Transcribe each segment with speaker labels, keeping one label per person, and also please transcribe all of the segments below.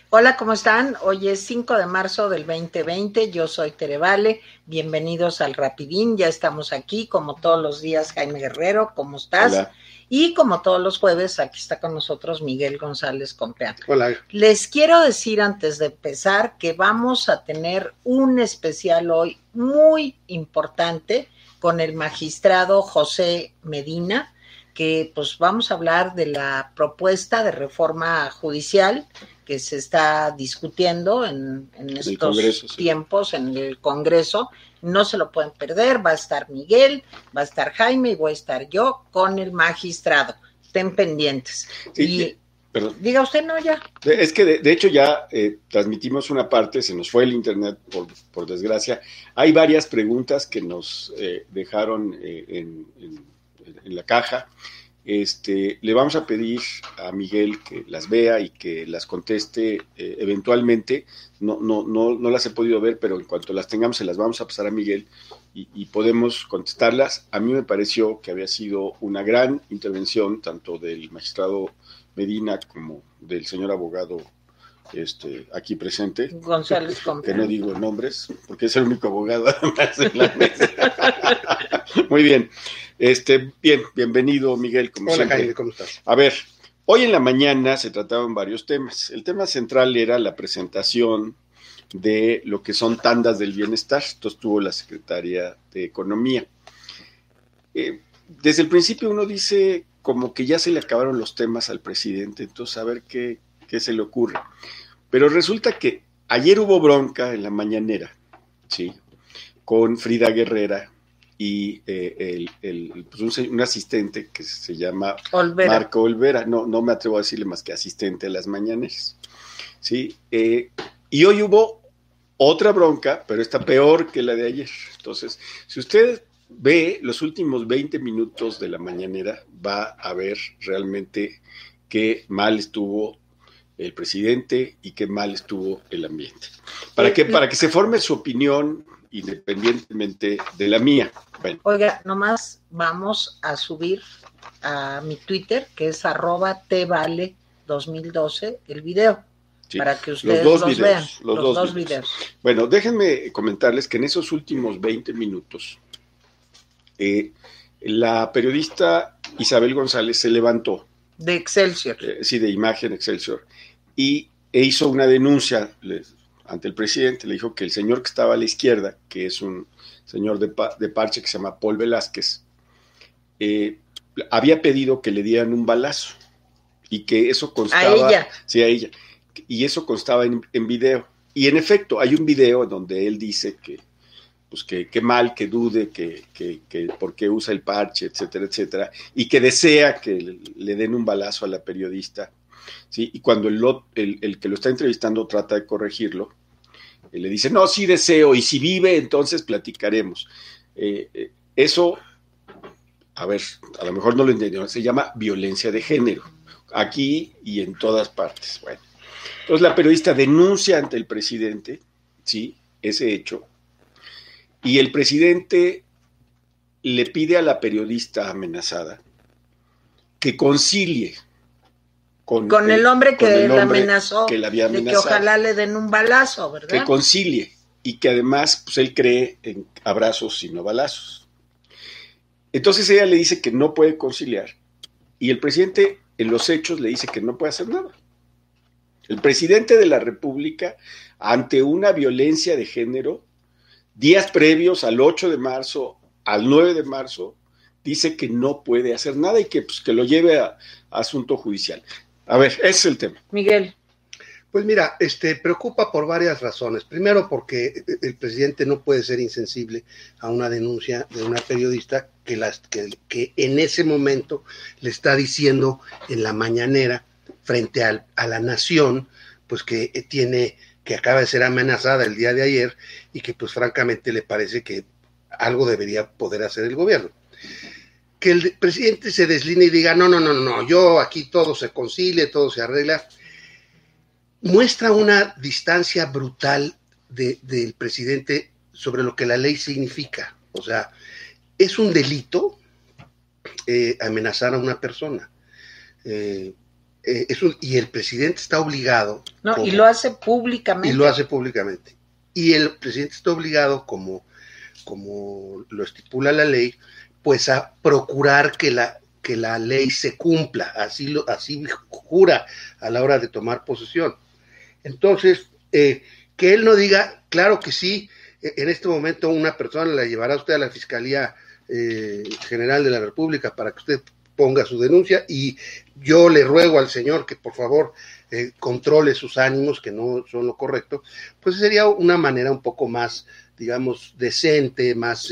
Speaker 1: Hola, ¿cómo están? Hoy es 5 de marzo del 2020, yo soy Tere Vale, bienvenidos al Rapidín, ya estamos aquí, como todos los días, Jaime Guerrero, ¿cómo estás?
Speaker 2: Hola.
Speaker 1: Y como todos los jueves, aquí está con nosotros Miguel González Compeán.
Speaker 2: Hola.
Speaker 1: Les quiero decir antes de empezar que vamos a tener un especial hoy muy importante con el magistrado José Medina, que pues vamos a hablar de la propuesta de reforma judicial que se está discutiendo en estos
Speaker 2: Congreso,
Speaker 1: tiempos en el Congreso. No se lo pueden perder, va a estar Miguel, va a estar Jaime y voy a estar yo con el magistrado. Estén pendientes.
Speaker 2: Sí, perdón.
Speaker 1: Diga usted, no, ya.
Speaker 2: Es que de hecho ya transmitimos una parte, se nos fue el internet por desgracia. Hay varias preguntas que nos dejaron en la caja. Le vamos a pedir a Miguel que las vea y que las conteste eventualmente. No las he podido ver, pero en cuanto las tengamos se las vamos a pasar a Miguel y podemos contestarlas. A mí me pareció que había sido una gran intervención tanto del magistrado Medina como del señor abogado aquí presente,
Speaker 1: González
Speaker 2: que no digo nombres, porque es el único abogado además en la mesa. Muy bien. Bienvenido, Miguel, como
Speaker 3: Hola,
Speaker 2: siempre.
Speaker 3: Jaime, ¿cómo estás?
Speaker 2: A ver, hoy en la mañana se trataban varios temas. El tema central era la presentación de lo que son tandas del bienestar. Esto estuvo la secretaria de Economía. Desde el principio uno dice como que ya se le acabaron los temas al presidente, entonces a ver qué se le ocurre. Pero resulta que ayer hubo bronca en la mañanera, ¿sí? Con Frida Guerrera y un asistente que se llama
Speaker 1: Olvera.
Speaker 2: Marco Olvera. No me atrevo a decirle más que asistente a las mañaneras, ¿sí? Y hoy hubo otra bronca, pero está peor que la de ayer. Entonces, si usted ve los últimos 20 minutos de la mañanera, va a ver realmente qué mal estuvo el presidente y qué mal estuvo el ambiente. Para que se forme su opinión independientemente de la mía. Bueno.
Speaker 1: Oiga, nomás vamos a subir a mi Twitter, que es @tvale2012, el video. Sí, para que ustedes los vean. Los dos videos.
Speaker 2: Bueno, déjenme comentarles que en esos últimos 20 minutos, la periodista Isabel González se levantó.
Speaker 1: De Excelsior.
Speaker 2: Sí, de Imagen Excelsior. E hizo una denuncia ante el presidente. Le dijo que el señor que estaba a la izquierda, que es un señor de parche que se llama Paul Velázquez, había pedido que le dieran un balazo y que eso constaba...
Speaker 1: ¿A ella?
Speaker 2: Sí, a ella. Y eso constaba en video. Y en efecto, hay un video donde él dice que pues que mal, que dude, que por qué usa el parche, etcétera, etcétera, y que desea que le den un balazo a la periodista, ¿sí? Y cuando el que lo está entrevistando trata de corregirlo, le dice, no, sí deseo, y si vive, entonces platicaremos. Eso, a ver, a lo mejor no lo entendieron, se llama violencia de género, aquí y en todas partes. Bueno, entonces la periodista denuncia ante el presidente, ¿sí?, ese hecho, y el presidente le pide a la periodista amenazada que concilie
Speaker 1: con el hombre que la amenazó, que la había amenazado, de que ojalá le den un balazo, ¿verdad?
Speaker 2: Que concilie y que además pues él cree en abrazos y no balazos. Entonces ella le dice que no puede conciliar y el presidente en los hechos le dice que no puede hacer nada. El presidente de la República, ante una violencia de género, días previos al 8 de marzo, al 9 de marzo, dice que no puede hacer nada y que lo lleve a asunto judicial. A ver, ese es el tema.
Speaker 1: Miguel.
Speaker 3: Pues mira, preocupa por varias razones. Primero, porque el presidente no puede ser insensible a una denuncia de una periodista que en ese momento le está diciendo en la mañanera, frente a la nación, pues que acaba de ser amenazada el día de ayer y que pues francamente le parece que algo debería poder hacer el gobierno. Que el presidente se desline y diga, no, yo aquí todo se concilie, todo se arregla, muestra una distancia brutal del presidente sobre lo que la ley significa. O sea, es un delito amenazar a una persona. y el presidente está obligado.
Speaker 1: No, y lo hace públicamente.
Speaker 3: Y lo hace públicamente. Y el presidente está obligado, como lo estipula la ley, pues a procurar que la ley se cumpla, así jura a la hora de tomar posesión. Entonces, que él no diga, claro que sí, en este momento una persona la llevará usted a la Fiscalía General de la República para que usted ponga su denuncia, y yo le ruego al señor que por favor controle sus ánimos, que no son lo correcto, pues sería una manera un poco más, digamos, decente, más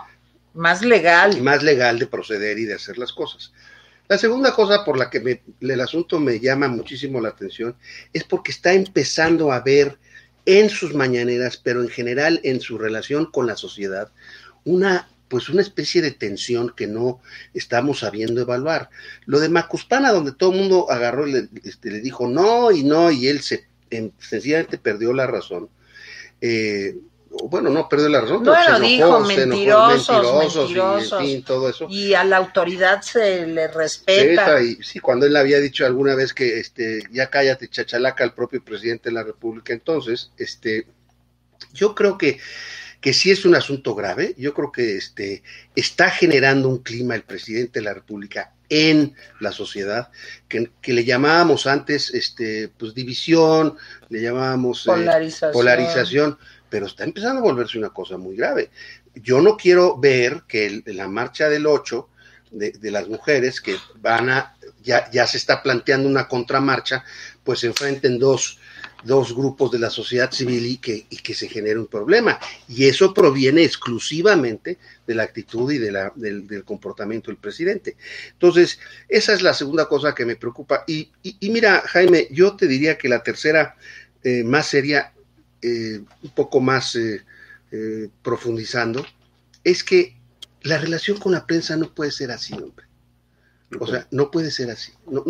Speaker 3: legal de proceder y de hacer las cosas. La segunda cosa por la que el asunto me llama muchísimo la atención es porque está empezando a ver en sus mañaneras, pero en general en su relación con la sociedad, una especie de tensión que no estamos sabiendo evaluar. Lo de Macuspana, donde todo el mundo agarró y le dijo no, y él sencillamente perdió la razón. Bueno, no perdió la razón, pero
Speaker 1: bueno,
Speaker 3: se enojó,
Speaker 1: mentirosos,
Speaker 3: y en fin, todo eso.
Speaker 1: Y a la autoridad se le respeta.
Speaker 3: Y sí, cuando él había dicho alguna vez que ya cállate, chachalaca, al propio presidente de la República. Entonces, yo creo que sí es un asunto grave. Yo creo que está generando un clima el presidente de la República en la sociedad que le llamábamos antes pues división, le llamábamos polarización, pero está empezando a volverse una cosa muy grave. Yo no quiero ver que la marcha del 8 de las mujeres que ya se está planteando una contramarcha, pues se enfrenten dos grupos de la sociedad civil y que se genere un problema. Y eso proviene exclusivamente de la actitud y del comportamiento del presidente. Entonces, esa es la segunda cosa que me preocupa. Y mira, Jaime, yo te diría que la tercera, más seria, un poco más profundizando, es que la relación con la prensa no puede ser así, hombre. O sea, no puede ser así.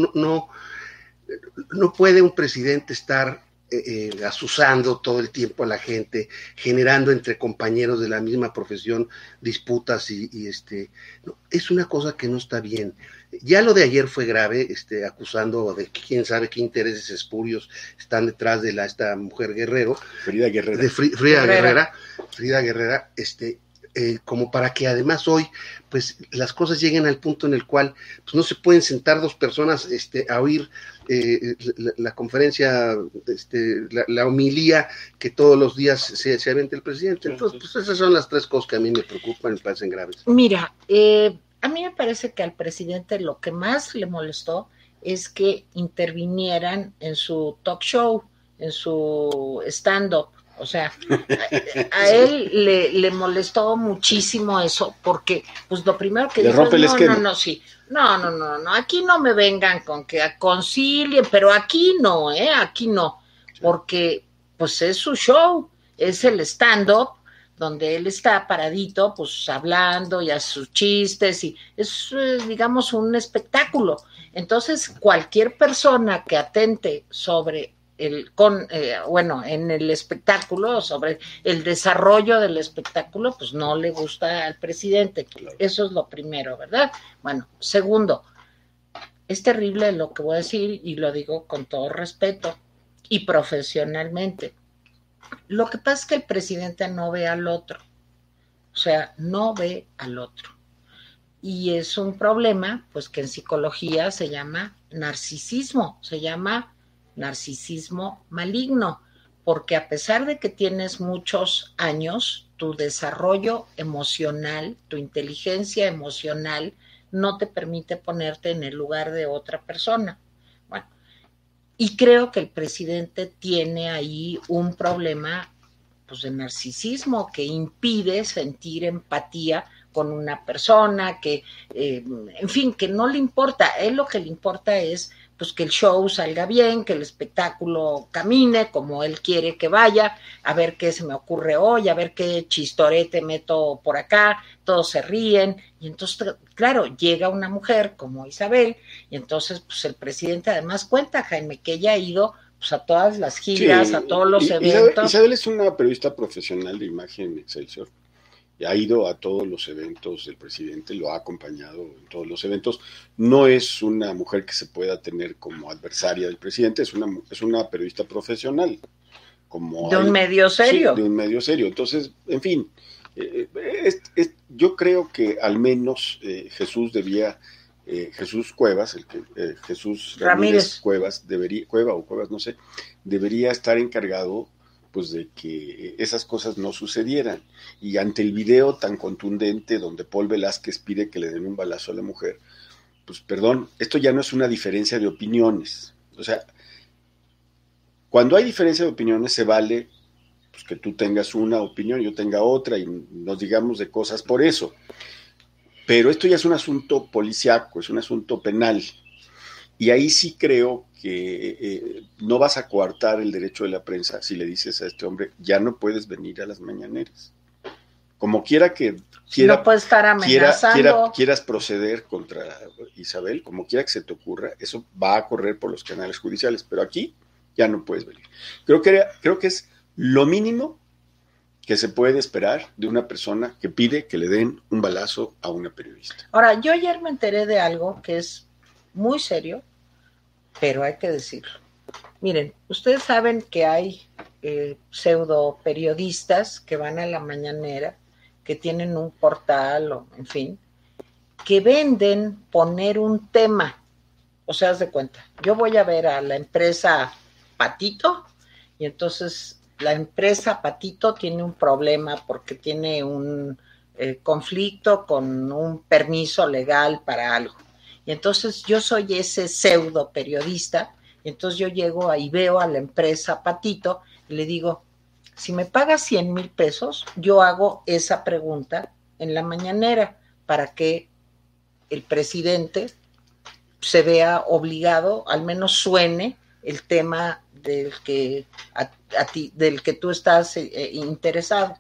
Speaker 3: No puede un presidente estar asusando todo el tiempo a la gente, generando entre compañeros de la misma profesión disputas no, es una cosa que no está bien. Ya lo de ayer fue grave, acusando de quién sabe qué intereses espurios están detrás de esta mujer Guerrero,
Speaker 2: Frida Guerrera,
Speaker 3: de Frida Guerrera, como para que además hoy pues las cosas lleguen al punto en el cual pues no se pueden sentar dos personas a oír la conferencia, la homilía que todos los días se aventa el presidente. Entonces, pues esas son las tres cosas que a mí me preocupan y me parecen graves.
Speaker 1: Mira, a mí me parece que al presidente lo que más le molestó es que intervinieran en su talk show, en su stand-up. O sea, a él le molestó muchísimo eso, porque pues lo primero que dijo es, no, aquí no me vengan con que concilien, pero aquí no, aquí no, porque pues es su show, es el stand-up, donde él está paradito, pues hablando y hace sus chistes, y es, digamos, un espectáculo. Entonces, cualquier persona que atente sobre en el espectáculo, sobre el desarrollo del espectáculo, pues no le gusta al presidente. Claro. Eso es lo primero, ¿verdad? Bueno, segundo, es terrible lo que voy a decir y lo digo con todo respeto y profesionalmente. Lo que pasa es que el presidente no ve al otro, o sea, no ve al otro. Y es un problema, pues que en psicología se llama narcisismo, narcisismo maligno, porque a pesar de que tienes muchos años, tu desarrollo emocional, tu inteligencia emocional no te permite ponerte en el lugar de otra persona. Bueno, y creo que el presidente tiene ahí un problema pues de narcisismo que impide sentir empatía con una persona, que en fin, que no le importa. A él lo que le importa es pues que el show salga bien, que el espectáculo camine como él quiere que vaya, a ver qué se me ocurre hoy, a ver qué chistorete meto por acá, todos se ríen, y entonces, claro, llega una mujer como Isabel, y entonces, pues el presidente además cuenta, Jaime, que ella ha ido pues a todas las giras, a todos los eventos.
Speaker 2: Isabel es una periodista profesional de imagen Excelsior, ha ido a todos los eventos del presidente, lo ha acompañado en todos los eventos. No es una mujer que se pueda tener como adversaria del presidente, es una periodista profesional. Como
Speaker 1: de un medio serio.
Speaker 2: Sí, de un medio serio. Entonces, en fin, yo creo que al menos Jesús Cuevas, Jesús Ramírez Cuevas, Cuevas, no sé, debería estar encargado pues de que esas cosas no sucedieran. Y ante el video tan contundente donde Paul Velázquez pide que le den un balazo a la mujer, pues perdón, esto ya no es una diferencia de opiniones. O sea, cuando hay diferencia de opiniones se vale pues, que tú tengas una opinión, yo tenga otra y nos digamos de cosas por eso. Pero esto ya es un asunto policiaco, es un asunto penal. Y ahí sí creo que no vas a coartar el derecho de la prensa si le dices a este hombre, ya no puedes venir a las mañaneras. Como quiera que
Speaker 1: no puede estar amenazando.
Speaker 2: Quieras proceder contra Isabel, como quiera que se te ocurra, eso va a correr por los canales judiciales, pero aquí ya no puedes venir. Creo que es lo mínimo que se puede esperar de una persona que pide que le den un balazo a una periodista.
Speaker 1: Ahora, yo ayer me enteré de algo que es muy serio, pero hay que decirlo. Miren, ustedes saben que hay pseudo periodistas que van a la mañanera, que tienen un portal, o en fin, que venden poner un tema. O sea, haz de cuenta, yo voy a ver a la empresa Patito, y entonces la empresa Patito tiene un problema porque tiene un conflicto con un permiso legal para algo. Y entonces yo soy ese pseudo periodista, y entonces yo llego ahí, veo a la empresa Patito y le digo, si me pagas 100,000 pesos, yo hago esa pregunta en la mañanera para que el presidente se vea obligado, al menos suene el tema del que del que tú estás interesado.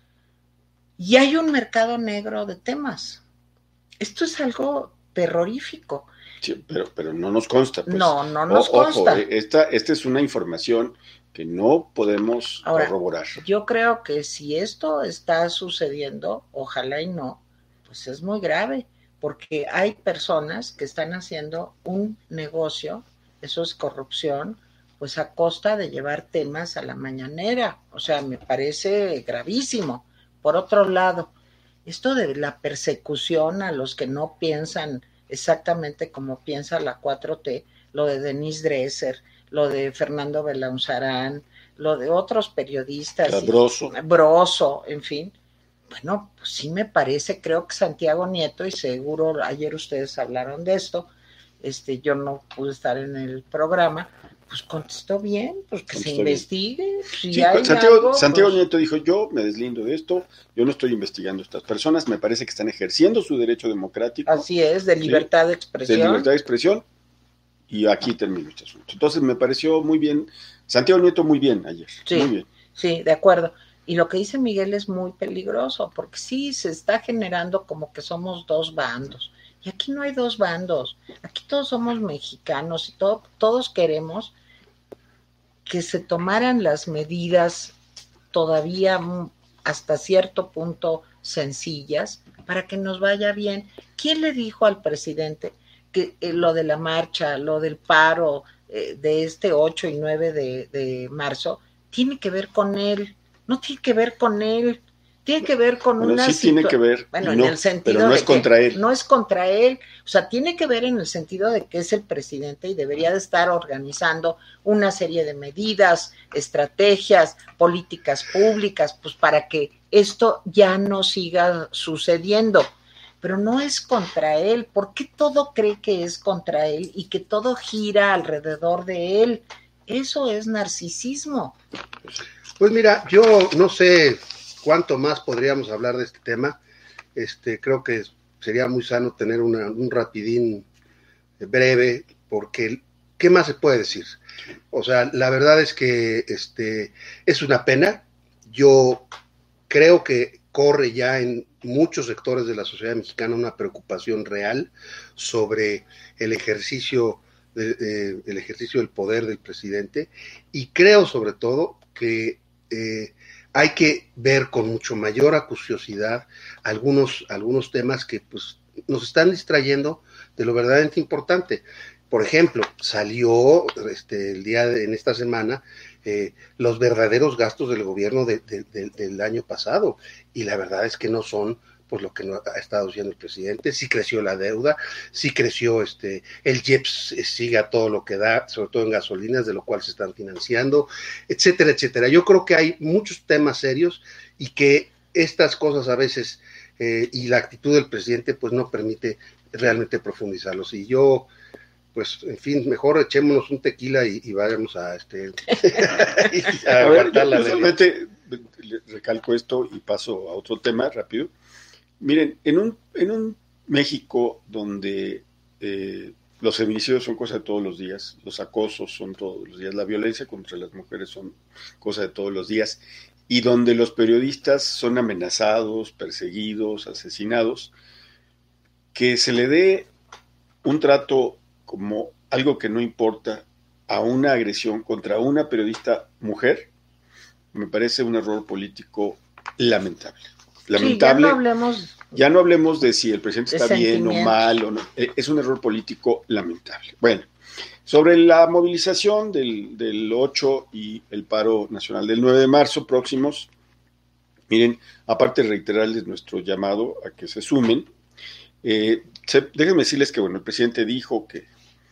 Speaker 1: Y hay un mercado negro de temas. Esto es algo terrorífico.
Speaker 2: Sí, pero no nos consta. Pues.
Speaker 1: No nos consta.
Speaker 2: Ojo, esta es una información que no podemos corroborar.
Speaker 1: Yo creo que si esto está sucediendo, ojalá y no, pues es muy grave, porque hay personas que están haciendo un negocio, eso es corrupción, pues a costa de llevar temas a la mañanera. O sea, me parece gravísimo. Por otro lado, esto de la persecución a los que no piensan exactamente como piensa la 4T, lo de Denise Dresser, lo de Fernando Belaunzarán, lo de otros periodistas, Broso, en fin, bueno, pues sí me parece, creo que Santiago Nieto, y seguro ayer ustedes hablaron de esto, yo no pude estar en el programa, pues contestó bien, pues que se investigue. Si
Speaker 2: sí,
Speaker 1: hay
Speaker 2: Santiago Nieto dijo, yo me deslindo de esto, yo no estoy investigando a estas personas, me parece que están ejerciendo su derecho democrático.
Speaker 1: Así es, de libertad de expresión.
Speaker 2: De libertad de expresión, y aquí termino este asunto. Entonces me pareció muy bien, Santiago Nieto muy bien ayer,
Speaker 1: sí,
Speaker 2: muy bien.
Speaker 1: Sí, de acuerdo. Y lo que dice Miguel es muy peligroso, porque sí se está generando como que somos dos bandos. Y aquí no hay dos bandos, aquí todos somos mexicanos y todos queremos que se tomaran las medidas todavía hasta cierto punto sencillas para que nos vaya bien. ¿Quién le dijo al presidente que lo de la marcha, lo del paro de este 8 y 9 de marzo tiene que ver con él? No tiene que ver con él, tiene que ver con una
Speaker 2: situación. Sí tiene que ver,
Speaker 1: bueno, en el sentido
Speaker 2: pero no es contra él.
Speaker 1: No es contra él, o sea, tiene que ver en el sentido de que es el presidente y debería de estar organizando una serie de medidas, estrategias, políticas públicas, pues para que esto ya no siga sucediendo. Pero no es contra él. ¿Por qué todo cree que es contra él y que todo gira alrededor de él? Eso es narcisismo.
Speaker 3: Pues mira, yo no sé cuánto más podríamos hablar de este tema. Creo que sería muy sano tener un rapidín breve, porque ¿qué más se puede decir? O sea, la verdad es que es una pena. Yo creo que corre ya en muchos sectores de la sociedad mexicana una preocupación real sobre el ejercicio del poder del presidente, y creo sobre todo que hay que ver con mucho mayor acuciosidad algunos temas que pues nos están distrayendo de lo verdaderamente importante. Por ejemplo, salió en esta semana los verdaderos gastos del gobierno del año pasado, y la verdad es que no son pues lo que no ha estado diciendo el presidente. Sí creció la deuda, sí creció el IEPS, sigue a todo lo que da, sobre todo en gasolinas, de lo cual se están financiando, etcétera, etcétera. Yo creo que hay muchos temas serios y que estas cosas a veces y la actitud del presidente pues no permite realmente profundizarlos. Y yo, pues, en fin, mejor echémonos un tequila y vayamos a
Speaker 2: a ver, yo solamente recalco esto y paso a otro tema rápido. Miren, en un México donde los feminicidios son cosa de todos los días, los acosos son todos los días, la violencia contra las mujeres son cosa de todos los días, y donde los periodistas son amenazados, perseguidos, asesinados, que se le dé un trato como algo que no importa a una agresión contra una periodista mujer, me parece un error político lamentable. Lamentable.
Speaker 1: Sí,
Speaker 2: ya no hablemos de si el presidente está bien o mal, o no. Es un error político lamentable. Bueno, sobre la movilización del 8 y el paro nacional del 9 de marzo próximos, miren, aparte de reiterarles nuestro llamado a que se sumen, déjenme decirles que, bueno, el presidente dijo que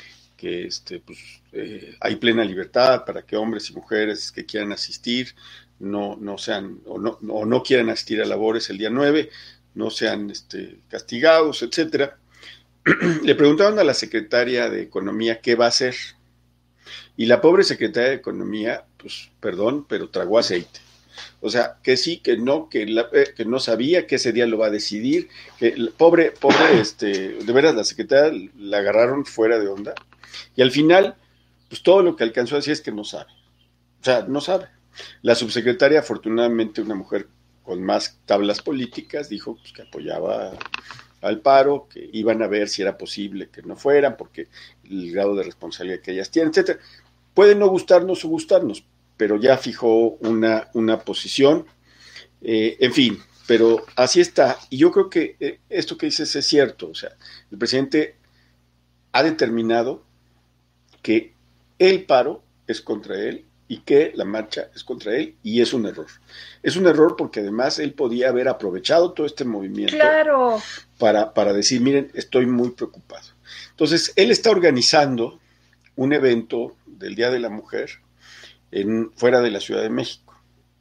Speaker 2: hay plena libertad para que hombres y mujeres que quieran asistir no sean o no quieran asistir a labores el día 9, no sean castigados, etcétera. Le preguntaron a la secretaria de Economía qué va a hacer, y la pobre secretaria de Economía, pues perdón, pero tragó aceite. O sea, que sí, que no sabía que ese día lo va a decidir, que pobre, de veras la secretaria la agarraron fuera de onda, y al final, pues todo lo que alcanzó a decir es que no sabe. O sea, no sabe. La subsecretaria, afortunadamente una mujer con más tablas políticas, dijo pues, que apoyaba al paro, que iban a ver si era posible que no fueran, porque el grado de responsabilidad que ellas tienen, etcétera. Puede no gustarnos o gustarnos, pero ya fijó una posición, en fin, pero así está. Y yo creo que esto que dices es cierto. O sea, el presidente ha determinado que el paro es contra él y que la marcha es contra él, y es un error. Es un error porque además él podía haber aprovechado todo este movimiento para decir, miren, estoy muy preocupado. Entonces, él está organizando un evento del Día de la Mujer fuera de la Ciudad de México.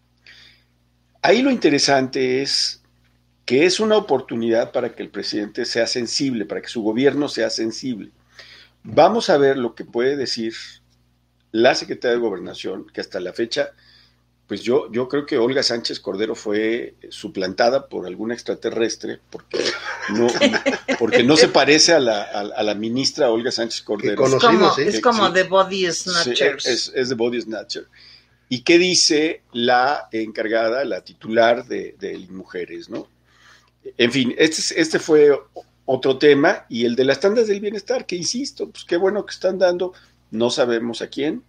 Speaker 2: Ahí lo interesante es que es una oportunidad para que el presidente sea sensible, para que su gobierno sea sensible. Vamos a ver lo que puede decir la secretaria de Gobernación, que hasta la fecha, pues yo creo que Olga Sánchez Cordero fue suplantada por alguna extraterrestre, porque no se parece a la ministra Olga Sánchez Cordero.
Speaker 1: Es como The Body Snatchers.
Speaker 2: Sí, es The Body Snatcher. ¿Y qué dice la encargada, la titular de Mujeres, no? En fin, este fue otro tema, y el de las tandas del bienestar, que insisto, pues qué bueno que están dando. No sabemos a quién,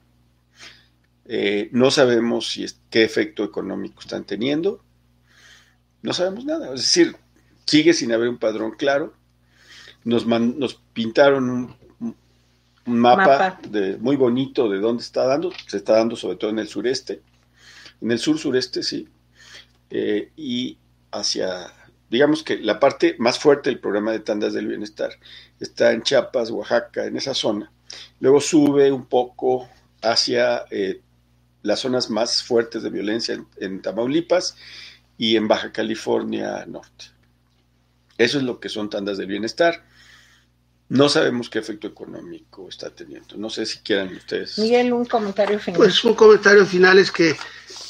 Speaker 2: no sabemos qué efecto económico están teniendo, no sabemos nada. Es decir, sigue sin haber un padrón claro. Nos pintaron un mapa muy bonito de dónde está dando. Se está dando sobre todo en el sureste, en el sur-sureste, sí, y hacia, digamos que la parte más fuerte del programa de tandas del bienestar está en Chiapas, Oaxaca, en esa zona. Luego sube un poco hacia las zonas más fuertes de violencia en Tamaulipas y en Baja California Norte. Eso es lo que son tandas del bienestar. No sabemos qué efecto económico está teniendo. No sé si quieran ustedes.
Speaker 1: Miguel, un comentario final.
Speaker 3: Pues un comentario final es que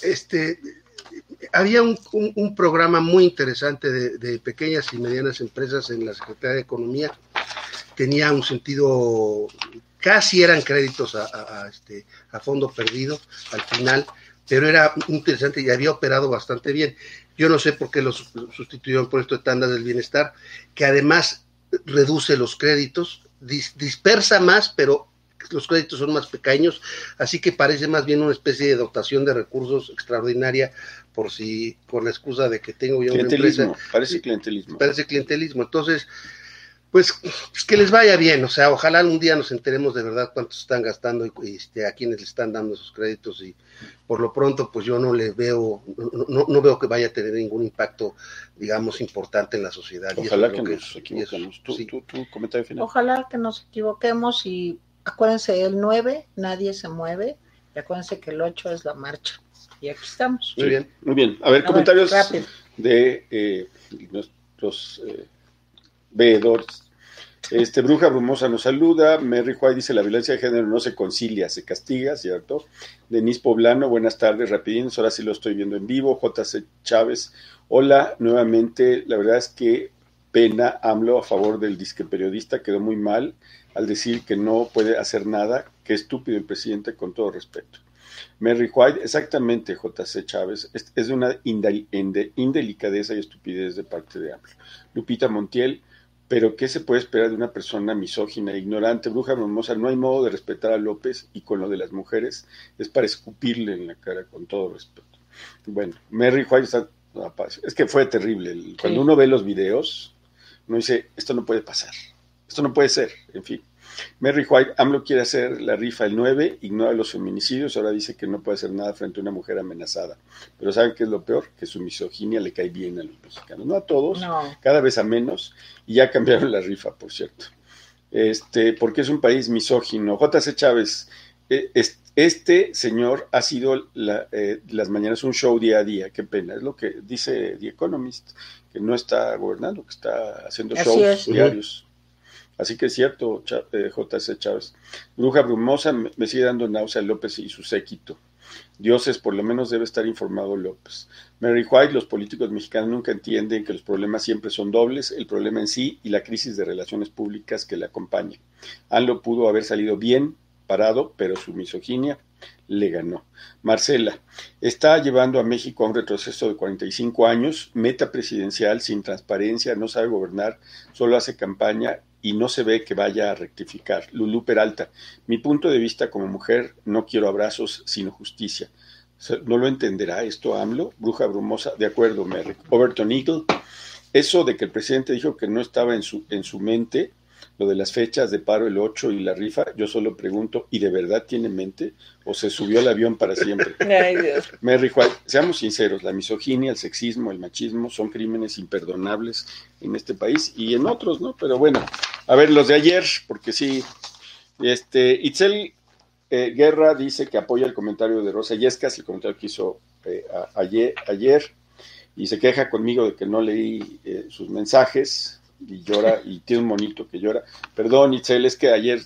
Speaker 3: había un programa muy interesante de pequeñas y medianas empresas en la Secretaría de Economía. Tenía un sentido, casi eran créditos a fondo perdido al final, pero era interesante y había operado bastante bien. Yo no sé por qué los sustituyeron por esto de tandas del bienestar, que además reduce los créditos, dispersa más, pero los créditos son más pequeños, así que parece más bien una especie de dotación de recursos extraordinaria por la excusa de que tengo ya una empresa.
Speaker 2: Parece clientelismo.
Speaker 3: Parece clientelismo. Entonces, pues que les vaya bien, o sea, ojalá un día nos enteremos de verdad cuántos están gastando y a quienes le están dando esos créditos, y por lo pronto pues yo no veo que vaya a tener ningún impacto, digamos, importante en la sociedad.
Speaker 2: Ojalá que nos equivoquemos. ¿Tu comentario final?
Speaker 1: Ojalá que nos equivoquemos, y acuérdense, el 9 nadie se mueve, y acuérdense que el 8 es la marcha, y aquí estamos.
Speaker 2: Muy bien, muy bien. A ver, comentarios de nuestros veedores. Bruja Brumosa nos saluda. Mary White dice: la violencia de género no se concilia, se castiga, ¿cierto? Denise Poblano, buenas tardes, rapidín, ahora sí lo estoy viendo en vivo. JC Chávez, hola, nuevamente, la verdad es que pena AMLO a favor del disque periodista, quedó muy mal al decir que no puede hacer nada, qué estúpido el presidente, con todo respeto. Mary White, exactamente, JC Chávez, es de una indelicadeza y estupidez de parte de AMLO. Lupita Montiel, pero ¿qué se puede esperar de una persona misógina e ignorante? Bruja Hermosa, no hay modo de respetar a López, y con lo de las mujeres es para escupirle en la cara, con todo respeto. Bueno, Mary White está... Es que fue terrible. Cuando uno ve los videos, uno dice, esto no puede pasar, esto no puede ser, en fin. Mary White, AMLO quiere hacer la rifa el 9, ignora los feminicidios, ahora dice que no puede hacer nada frente a una mujer amenazada. Pero ¿saben qué es lo peor? Que su misoginia le cae bien a los mexicanos. No a todos, cada vez a menos, y ya cambiaron la rifa, por cierto. Porque es un país misógino. JC Chávez, este señor ha sido las mañanas un show día a día, qué pena, es lo que dice The Economist, que no está gobernando, que está haciendo shows diarios. Así que es cierto, JC Chávez. Bruja Brumosa, me sigue dando náusea López y su séquito. Dioses, por lo menos debe estar informado López. Mary White, los políticos mexicanos nunca entienden que los problemas siempre son dobles, el problema en sí y la crisis de relaciones públicas que le acompaña. AMLO pudo haber salido bien parado, pero su misoginia le ganó. Marcela, está llevando a México a un retroceso de 45 años, meta presidencial sin transparencia, no sabe gobernar, solo hace campaña y no se ve que vaya a rectificar. Lulú Peralta, mi punto de vista como mujer, no quiero abrazos, sino justicia. ¿No lo entenderá esto AMLO? Bruja Brumosa, de acuerdo, Merrick. Overton Eagle, eso de que el presidente dijo que no estaba en su mente, lo de las fechas de paro el 8 y la rifa, yo solo pregunto, ¿y de verdad tiene mente? ¿O se subió al avión para siempre?
Speaker 1: Ay, Dios.
Speaker 2: Mary White, seamos sinceros, la misoginia, el sexismo, el machismo son crímenes imperdonables en este país y en otros, ¿no? Pero bueno, a ver, los de ayer, porque sí, Itzel Guerra dice que apoya el comentario de Rosa Yescas, el comentario que hizo ayer, y se queja conmigo de que no leí sus mensajes, y llora, y tiene un monito que llora. Perdón, Itzel, es que ayer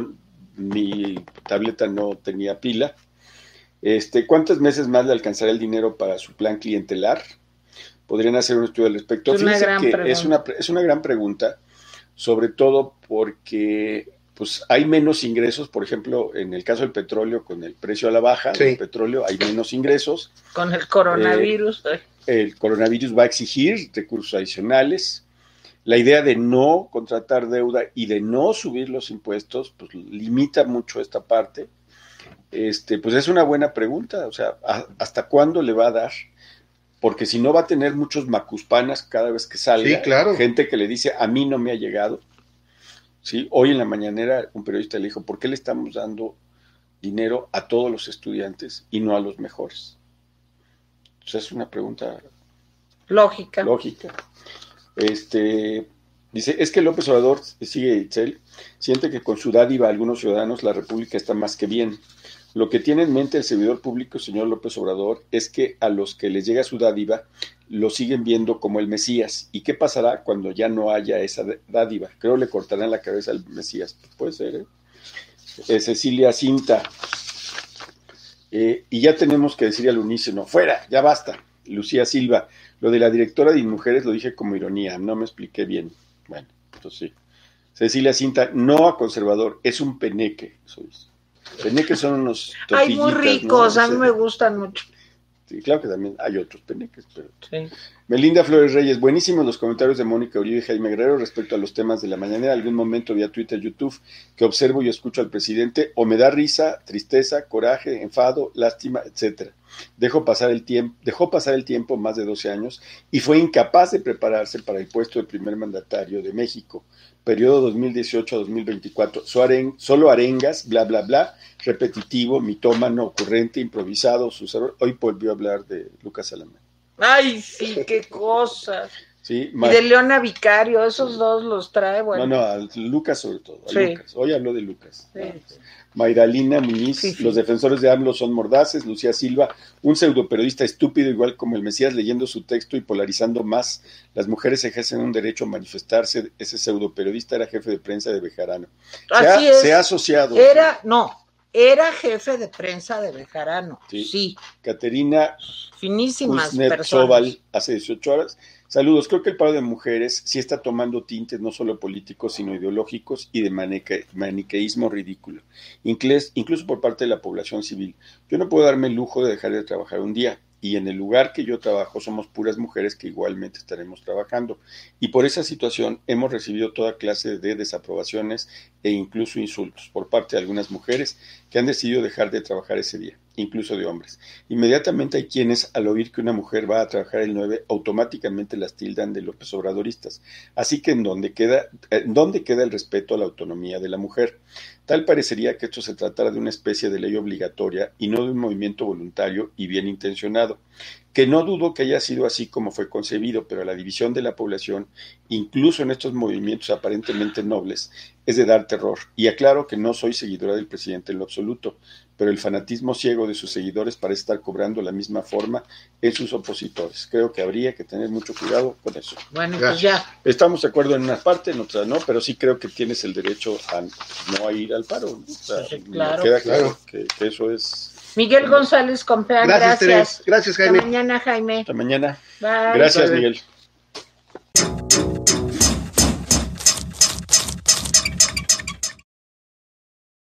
Speaker 2: mi tableta no tenía pila. ¿Cuántos meses más le alcanzará el dinero para su plan clientelar? Podrían hacer un estudio al respecto. Fíjense que es una gran pregunta, sobre todo porque pues hay menos ingresos, por ejemplo, en el caso del petróleo, con el precio a la baja del petróleo, hay menos ingresos.
Speaker 1: Con el coronavirus.
Speaker 2: El coronavirus va a exigir recursos adicionales. La idea de no contratar deuda y de no subir los impuestos, pues limita mucho esta parte. Pues es una buena pregunta, o sea, ¿hasta cuándo le va a dar? Porque si no va a tener muchos macuspanas cada vez que salga,
Speaker 3: sí, claro.
Speaker 2: Gente que le dice, a mí no me ha llegado. ¿Sí? Hoy en la mañanera un periodista le dijo, ¿por qué le estamos dando dinero a todos los estudiantes y no a los mejores? O sea, es una pregunta
Speaker 1: lógica.
Speaker 2: Dice, es que López Obrador, sigue Itzel, siente que con su dádiva a algunos ciudadanos la República está más que bien. Lo que tiene en mente el servidor público, señor López Obrador, es que a los que les llega su dádiva lo siguen viendo como el Mesías. ¿Y qué pasará cuando ya no haya esa dádiva? Creo le cortarán la cabeza al Mesías. Puede ser, Cecilia Cinta. Y ya tenemos que decir al unísono, fuera, ya basta. Lucía Silva, lo de la directora de Mujeres lo dije como ironía, no me expliqué bien. Bueno, entonces sí. Cecilia Cinta, no a conservador, es un peneque. Peneques son unos tortillitas.
Speaker 1: Ay, muy ricos, ¿no? A mí me gustan mucho.
Speaker 2: Claro que también hay otros peneques, pero...
Speaker 1: Sí.
Speaker 2: Melinda Flores Reyes, buenísimos los comentarios de Mónica Uribe y Jaime Guerrero respecto a los temas de la mañanera. Algún momento vía Twitter, YouTube, que observo y escucho al presidente, o me da risa, tristeza, coraje, enfado, lástima, etcétera. Dejó pasar el tiempo más de 12 años y fue incapaz de prepararse para el puesto de primer mandatario de México. Periodo 2018 a 2024. Solo arengas, bla, bla, bla, repetitivo, mitómano, ocurrente, improvisado, sus errores. Hoy volvió a hablar de Lucas Salamé.
Speaker 1: Ay, sí, qué cosas.
Speaker 2: Sí,
Speaker 1: y de Leona Vicario, esos dos los trae, bueno.
Speaker 2: No, a Lucas sobre todo, a Lucas. Hoy habló de Lucas.
Speaker 1: Sí.
Speaker 2: Mayralina Muñiz, los defensores de AMLO son mordaces. Lucía Silva, un pseudoperiodista estúpido, igual como el Mesías, leyendo su texto y polarizando más. Las mujeres ejercen un derecho a manifestarse. Ese pseudoperiodista era jefe de prensa de Bejarano. Se ha asociado.
Speaker 1: Era jefe de prensa de Bejarano, sí.
Speaker 2: Caterina
Speaker 1: finísimas personas.
Speaker 2: Hace 18 horas. Saludos, creo que el paro de mujeres sí está tomando tintes no solo políticos, sino ideológicos y de maniqueísmo ridículo, incluso por parte de la población civil. Yo no puedo darme el lujo de dejar de trabajar un día, y en el lugar que yo trabajo somos puras mujeres que igualmente estaremos trabajando. Y por esa situación hemos recibido toda clase de desaprobaciones e incluso insultos por parte de algunas mujeres que han decidido dejar de trabajar ese día, incluso de hombres. Inmediatamente hay quienes, al oír que una mujer va a trabajar el 9, automáticamente las tildan de López Obradoristas. Así que ¿en dónde queda el respeto a la autonomía de la mujer? Tal parecería que esto se tratara de una especie de ley obligatoria y no de un movimiento voluntario y bien intencionado, que no dudo que haya sido así como fue concebido, pero la división de la población, incluso en estos movimientos aparentemente nobles, es de dar terror. Y aclaro que no soy seguidora del presidente en lo absoluto, pero el fanatismo ciego de sus seguidores parece estar cobrando la misma forma en sus opositores. Creo que habría que tener mucho cuidado con eso.
Speaker 1: Bueno, pues ya.
Speaker 2: Estamos de acuerdo en una parte, en otra no, pero sí creo que tienes el derecho a no ir al paro, ¿no? O sea,
Speaker 1: sí, claro.
Speaker 2: Queda claro que eso es...
Speaker 1: Miguel González Compeán, gracias.
Speaker 3: Gracias, Jaime.
Speaker 1: Hasta mañana, Jaime.
Speaker 2: Hasta mañana.
Speaker 1: Bye.
Speaker 2: Gracias, Miguel.